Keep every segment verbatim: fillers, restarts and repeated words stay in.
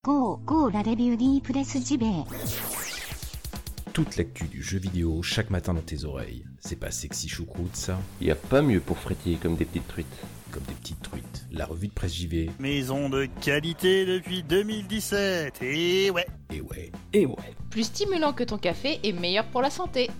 Go, go, la review di Presse J B. Toute l'actu du jeu vidéo chaque matin dans tes oreilles. C'est pas sexy choucroute ça? Y a pas mieux pour frétiller comme des petites truites. Comme des petites truites. La revue de Presse J V. Maison de qualité depuis deux mille dix-sept. Et ouais. Et ouais. Et ouais. Plus stimulant que ton café et meilleur pour la santé.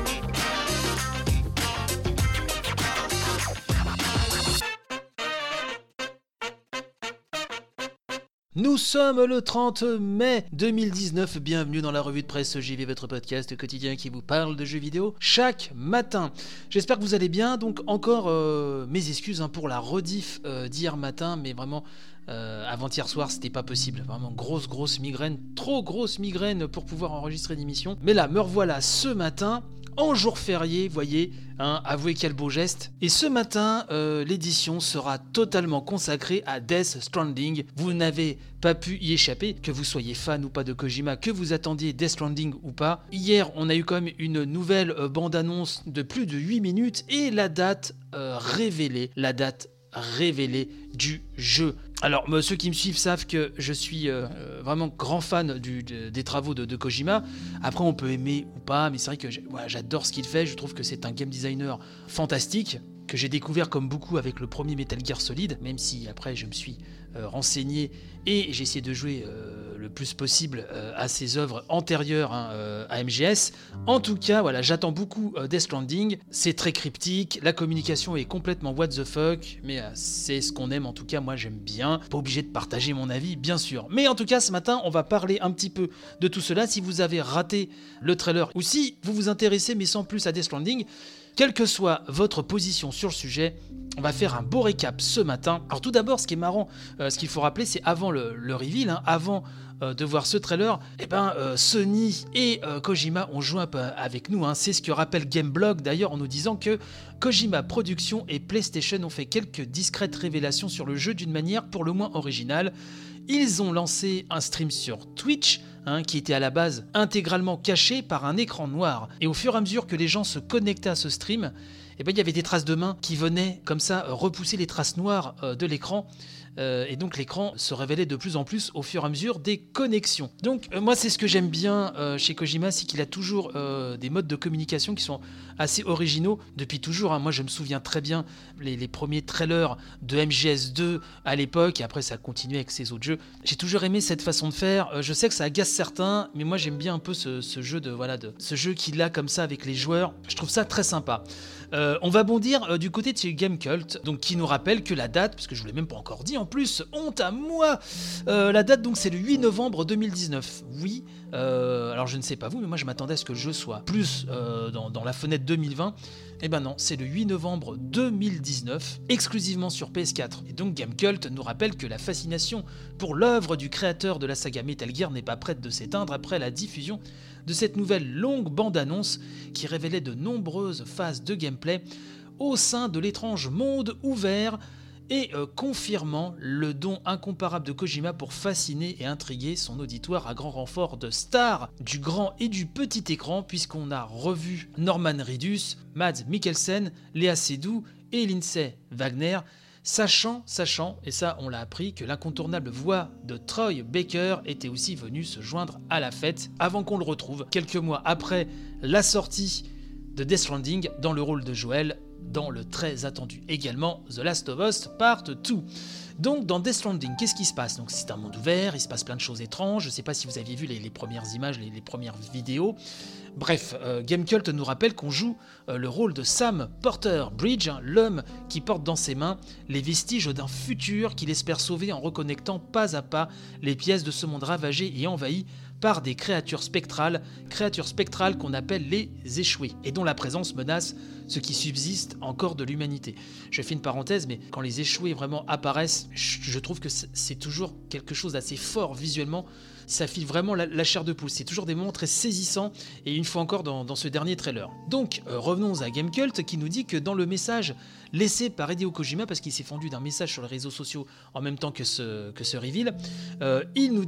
Nous sommes le trente mai deux mille dix-neuf, bienvenue dans la revue de presse J V, votre podcast quotidien qui vous parle de jeux vidéo chaque matin. J'espère que vous allez bien, donc encore euh, mes excuses hein, pour la rediff euh, d'hier matin, mais vraiment euh, avant-hier soir c'était pas possible, vraiment grosse grosse migraine, trop grosse migraine pour pouvoir enregistrer l'émission. Mais là, me revoilà ce matin, en jour férié, voyez, hein, avouez quel beau geste. Et ce matin, euh, l'édition sera totalement consacrée à Death Stranding. Vous n'avez pas pu y échapper, que vous soyez fan ou pas de Kojima, que vous attendiez Death Stranding ou pas. Hier, on a eu quand même une nouvelle euh, bande-annonce de plus de huit minutes et la date euh, révélée, la date révélée du jeu. Alors, euh, ceux qui me suivent savent que je suis euh, vraiment grand fan du, de, des travaux de, de Kojima. Après, on peut aimer ou pas, mais c'est vrai que voilà, j'adore ce qu'il fait. Je trouve que c'est un game designer fantastique, que j'ai découvert comme beaucoup avec le premier Metal Gear Solid, même si après je me suis euh, renseigné et j'ai essayé de jouer euh, le plus possible euh, à ses œuvres antérieures hein, euh, à M G S. En tout cas, voilà, j'attends beaucoup euh, Death Stranding. C'est très cryptique, la communication est complètement what the fuck, mais euh, c'est ce qu'on aime. En tout cas, moi j'aime bien. Pas obligé de partager mon avis, bien sûr. Mais en tout cas, ce matin, on va parler un petit peu de tout cela. Si vous avez raté le trailer ou si vous vous intéressez, mais sans plus, à Death Stranding, quelle que soit votre position sur le sujet, on va faire un beau récap ce matin. Alors tout d'abord, ce qui est marrant, euh, ce qu'il faut rappeler, c'est avant le, le reveal, hein, avant euh, de voir ce trailer, eh ben, euh, Sony et euh, Kojima ont joué un peu avec nous. Hein. C'est ce que rappelle Gameblog d'ailleurs en nous disant que Kojima Productions et PlayStation ont fait quelques discrètes révélations sur le jeu d'une manière pour le moins originale. Ils ont lancé un stream sur Twitch, hein, qui était à la base intégralement caché par un écran noir. Et au fur et à mesure que les gens se connectaient à ce stream, eh ben, il y avait des traces de mains qui venaient comme ça repousser les traces noires euh, de l'écran. Euh, et donc l'écran se révélait de plus en plus au fur et à mesure des connexions. Donc euh, moi c'est ce que j'aime bien euh, chez Kojima, c'est qu'il a toujours euh, des modes de communication qui sont assez originaux depuis toujours. Hein. Moi je me souviens très bien les, les premiers trailers de M G S deux à l'époque, et après ça a continué avec ses autres jeux. J'ai toujours aimé cette façon de faire. Euh, je sais que ça agace certains, mais moi j'aime bien un peu ce, ce jeu de voilà de ce jeu qu'il a comme ça avec les joueurs. Je trouve ça très sympa. Euh, on va bondir euh, du côté de chez Gamecult, donc qui nous rappelle que la date, parce que je vous l'ai même pas encore dit en plus, honte à moi, euh, la date donc c'est le huit novembre deux mille dix-neuf. Oui, euh, alors je ne sais pas vous, mais moi je m'attendais à ce que le jeu soit plus euh, dans, dans la fenêtre deux mille vingt. Eh ben non, c'est le huit novembre deux mille dix-neuf, exclusivement sur P S quatre. Et donc Gamecult nous rappelle que la fascination pour l'œuvre du créateur de la saga Metal Gear n'est pas prête de s'éteindre après la diffusion de cette nouvelle longue bande-annonce qui révélait de nombreuses phases de gameplay au sein de l'étrange monde ouvert et euh, confirmant le don incomparable de Kojima pour fasciner et intriguer son auditoire à grand renfort de stars du grand et du petit écran, puisqu'on a revu Norman Reedus, Mads Mikkelsen, Léa Seydoux et Lindsay Wagner, sachant, sachant, et ça on l'a appris, que l'incontournable voix de Troy Baker était aussi venue se joindre à la fête, avant qu'on le retrouve quelques mois après la sortie de Death Stranding dans le rôle de Joel, dans le très attendu également The Last of Us Part deux. Donc dans Death Stranding, qu'est-ce qui se passe? Donc c'est un monde ouvert, il se passe plein de choses étranges, je ne sais pas si vous aviez vu les, les premières images, les, les premières vidéos. Bref, euh, Gamecult nous rappelle qu'on joue euh, le rôle de Sam Porter Bridge, hein, l'homme qui porte dans ses mains les vestiges d'un futur qu'il espère sauver en reconnectant pas à pas les pièces de ce monde ravagé et envahi par des créatures spectrales, créatures spectrales qu'on appelle les échoués, et dont la présence menace ce qui subsiste encore de l'humanité. Je fais une parenthèse, mais quand les échoués vraiment apparaissent, je trouve que c'est toujours quelque chose d'assez fort visuellement. Ça file vraiment la, la chair de poule. C'est toujours des moments très saisissants, et une fois encore dans, dans ce dernier trailer. Donc, euh, revenons à Gamecult qui nous dit que dans le message laissé par Hideo Kojima, parce qu'il s'est fendu d'un message sur les réseaux sociaux en même temps que ce, que ce reveal, euh, il nous dit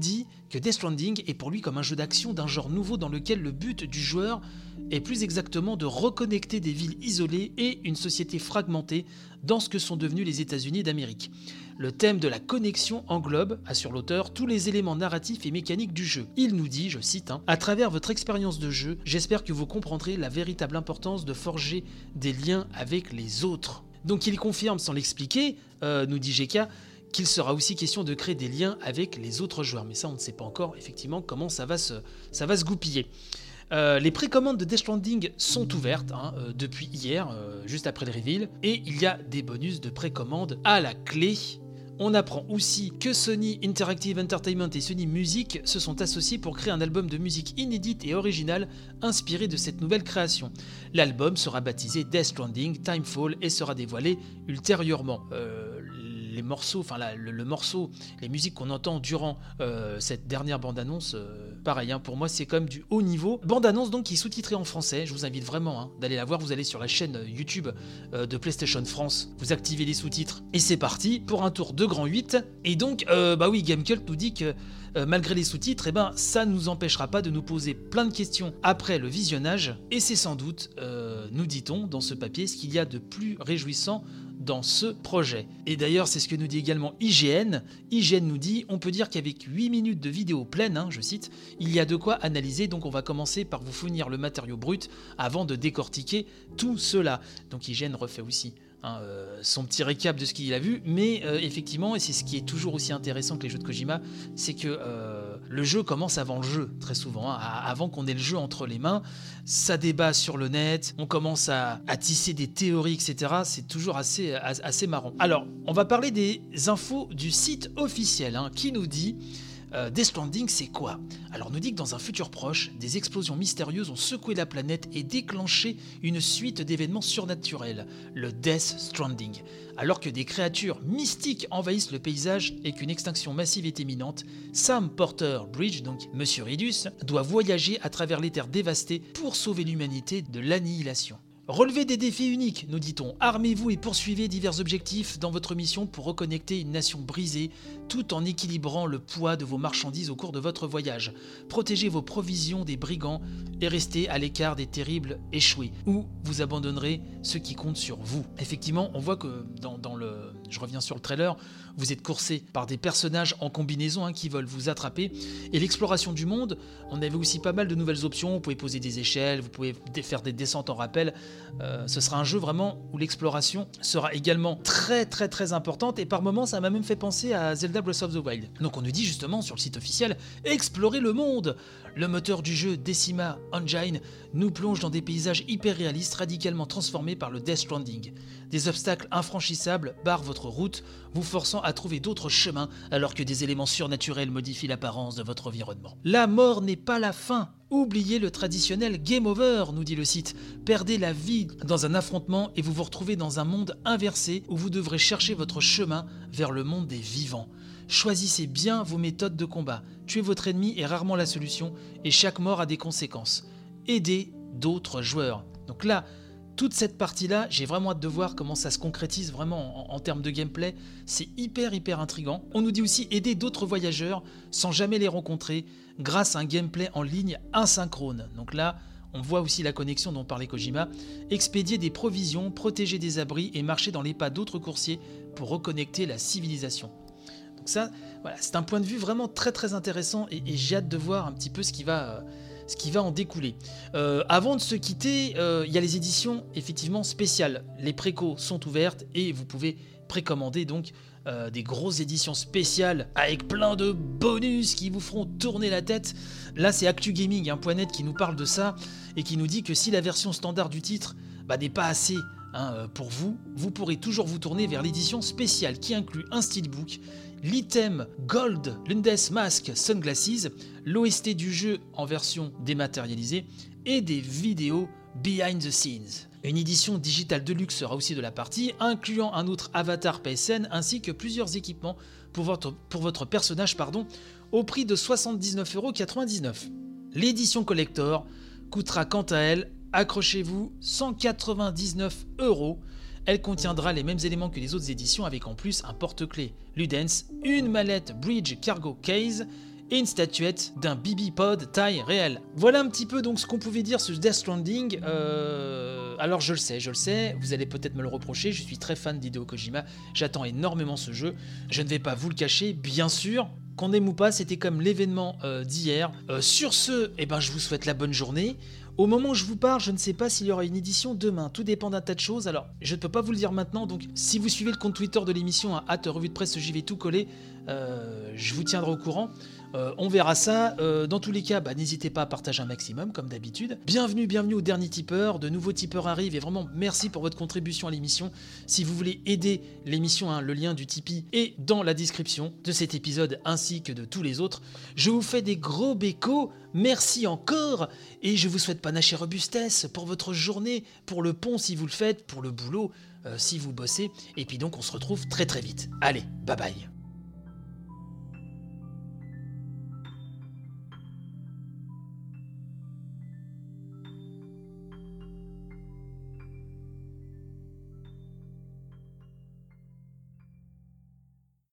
que Death Stranding est pour lui comme un jeu d'action d'un genre nouveau dans lequel le but du joueur est plus exactement de reconnecter des villes isolées et une société fragmentée dans ce que sont devenus les États-Unis d'Amérique. Le thème de la connexion englobe, assure l'auteur, tous les éléments narratifs et mécaniques du jeu. Il nous dit, je cite, hein, « À travers votre expérience de jeu, j'espère que vous comprendrez la véritable importance de forger des liens avec les autres. » Donc il confirme sans l'expliquer, euh, nous dit G K, qu'il sera aussi question de créer des liens avec les autres joueurs. Mais ça, on ne sait pas encore effectivement comment ça va se, ça va se goupiller. Euh, les précommandes de Death Stranding sont ouvertes hein, euh, depuis hier, euh, juste après le reveal, et il y a des bonus de précommande à la clé. On apprend aussi que Sony Interactive Entertainment et Sony Music se sont associés pour créer un album de musique inédite et originale inspiré de cette nouvelle création. L'album sera baptisé Death Stranding Timefall et sera dévoilé ultérieurement. Euh, les morceaux, enfin la, le, le morceau, les musiques qu'on entend durant euh, cette dernière bande-annonce, euh, pareil, hein, pour moi c'est comme du haut niveau. Bande-annonce donc qui est sous-titrée en français, je vous invite vraiment hein, d'aller la voir, vous allez sur la chaîne YouTube euh, de PlayStation France, vous activez les sous-titres et c'est parti pour un tour de grand huit. Et donc, euh, bah oui, Gamecult nous dit que euh, malgré les sous-titres, eh ben, ça ne nous empêchera pas de nous poser plein de questions après le visionnage et c'est sans doute, euh, nous dit-on dans ce papier, ce qu'il y a de plus réjouissant dans ce projet. Et d'ailleurs, c'est ce que nous dit également I G N. I G N nous dit, on peut dire qu'avec huit minutes de vidéo pleine, hein, je cite, il y a de quoi analyser, donc on va commencer par vous fournir le matériau brut avant de décortiquer tout cela. Donc I G N refait aussi Hein, euh, son petit récap de ce qu'il a vu, mais euh, effectivement, et c'est ce qui est toujours aussi intéressant que les jeux de Kojima, c'est que euh, le jeu commence avant le jeu, très souvent, hein, avant qu'on ait le jeu entre les mains, ça débat sur le net, on commence à, à tisser des théories, et cetera. C'est toujours assez, assez marrant. Alors, on va parler des infos du site officiel, hein, qui nous dit... Euh, Death Stranding, c'est quoi? Alors, on nous dit que dans un futur proche, des explosions mystérieuses ont secoué la planète et déclenché une suite d'événements surnaturels, le Death Stranding. Alors que des créatures mystiques envahissent le paysage et qu'une extinction massive est imminente, Sam Porter Bridge, donc Monsieur Ridus, doit voyager à travers les terres dévastées pour sauver l'humanité de l'annihilation. Relevez des défis uniques, nous dit-on. Armez-vous et poursuivez divers objectifs dans votre mission pour reconnecter une nation brisée, tout en équilibrant le poids de vos marchandises au cours de votre voyage. Protégez vos provisions des brigands et restez à l'écart des terribles échoués, ou vous abandonnerez ceux qui comptent sur vous. Effectivement, on voit que dans, dans le... Je reviens sur le trailer, vous êtes coursé par des personnages en combinaison hein, qui veulent vous attraper. Et l'exploration du monde, on avait aussi pas mal de nouvelles options. Vous pouvez poser des échelles, vous pouvez faire des descentes en rappel. Euh, ce sera un jeu vraiment où l'exploration sera également très très très importante. Et par moments, ça m'a même fait penser à Zelda Breath of the Wild. Donc on nous dit justement sur le site officiel, explorez le monde. Le moteur du jeu Decima Engine nous plonge dans des paysages hyper réalistes radicalement transformés par le Death Stranding. Des obstacles infranchissables barrent votre route, vous forçant à trouver d'autres chemins alors que des éléments surnaturels modifient l'apparence de votre environnement. La mort n'est pas la fin. Oubliez le traditionnel game over, nous dit le site. Perdez la vie dans un affrontement et vous vous retrouvez dans un monde inversé où vous devrez chercher votre chemin vers le monde des vivants. Choisissez bien vos méthodes de combat. Tuer votre ennemi est rarement la solution et chaque mort a des conséquences. Aidez d'autres joueurs. Donc là, toute cette partie-là, j'ai vraiment hâte de voir comment ça se concrétise vraiment en, en termes de gameplay. C'est hyper hyper intriguant. On nous dit aussi aider d'autres voyageurs sans jamais les rencontrer grâce à un gameplay en ligne asynchrone. Donc là, on voit aussi la connexion dont parlait Kojima. Expédier des provisions, protéger des abris et marcher dans les pas d'autres coursiers pour reconnecter la civilisation. Donc ça, voilà, c'est un point de vue vraiment très très intéressant et, et j'ai hâte de voir un petit peu ce qui va... Euh, ce qui va en découler. Euh, avant de se quitter, euh, il y a les éditions effectivement spéciales. Les précos sont ouvertes et vous pouvez précommander donc euh, des grosses éditions spéciales avec plein de bonus qui vous feront tourner la tête. Là, c'est Actu Gaming, un point net qui nous parle de ça et qui nous dit que si la version standard du titre bah, n'est pas assez hein, pour vous, vous pourrez toujours vous tourner vers l'édition spéciale qui inclut un steelbook, l'item Gold Lundes Mask Sunglasses, l'O S T du jeu en version dématérialisée et des vidéos behind the scenes. Une édition digitale de luxe sera aussi de la partie, incluant un autre avatar P S N ainsi que plusieurs équipements pour votre, pour votre personnage pardon, au prix de soixante-dix-neuf euros quatre-vingt-dix-neuf. L'édition collector coûtera quant à elle, accrochez-vous, cent quatre-vingt-dix-neuf euros. Elle contiendra les mêmes éléments que les autres éditions avec en plus un porte-clés Ludens, une mallette Bridge Cargo Case et une statuette d'un B B Pod taille réelle. Voilà un petit peu donc ce qu'on pouvait dire sur Death Stranding. Euh... Alors je le sais, je le sais, vous allez peut-être me le reprocher, je suis très fan d'Hideo Kojima, j'attends énormément ce jeu, je ne vais pas vous le cacher, bien sûr. Qu'on aime ou pas, c'était comme l'événement euh, d'hier. Euh, sur ce, eh ben, je vous souhaite la bonne journée. Au moment où je vous parle, je ne sais pas s'il y aura une édition demain. Tout dépend d'un tas de choses. Alors, je ne peux pas vous le dire maintenant. Donc, si vous suivez le compte Twitter de l'émission, à arobase revue de presse, j'y vais tout coller. Euh, je vous tiendrai au courant. Euh, on verra ça. Euh, dans tous les cas, bah, n'hésitez pas à partager un maximum, comme d'habitude. Bienvenue, bienvenue au dernier tipeur. De nouveaux tipeurs arrivent et vraiment merci pour votre contribution à l'émission. Si vous voulez aider l'émission, hein, le lien du Tipeee est dans la description de cet épisode ainsi que de tous les autres. Je vous fais des gros bécos. Merci encore et je vous souhaite panache et robustesse pour votre journée, pour le pont si vous le faites, pour le boulot euh, si vous bossez. Et puis donc on se retrouve très très vite. Allez, bye bye.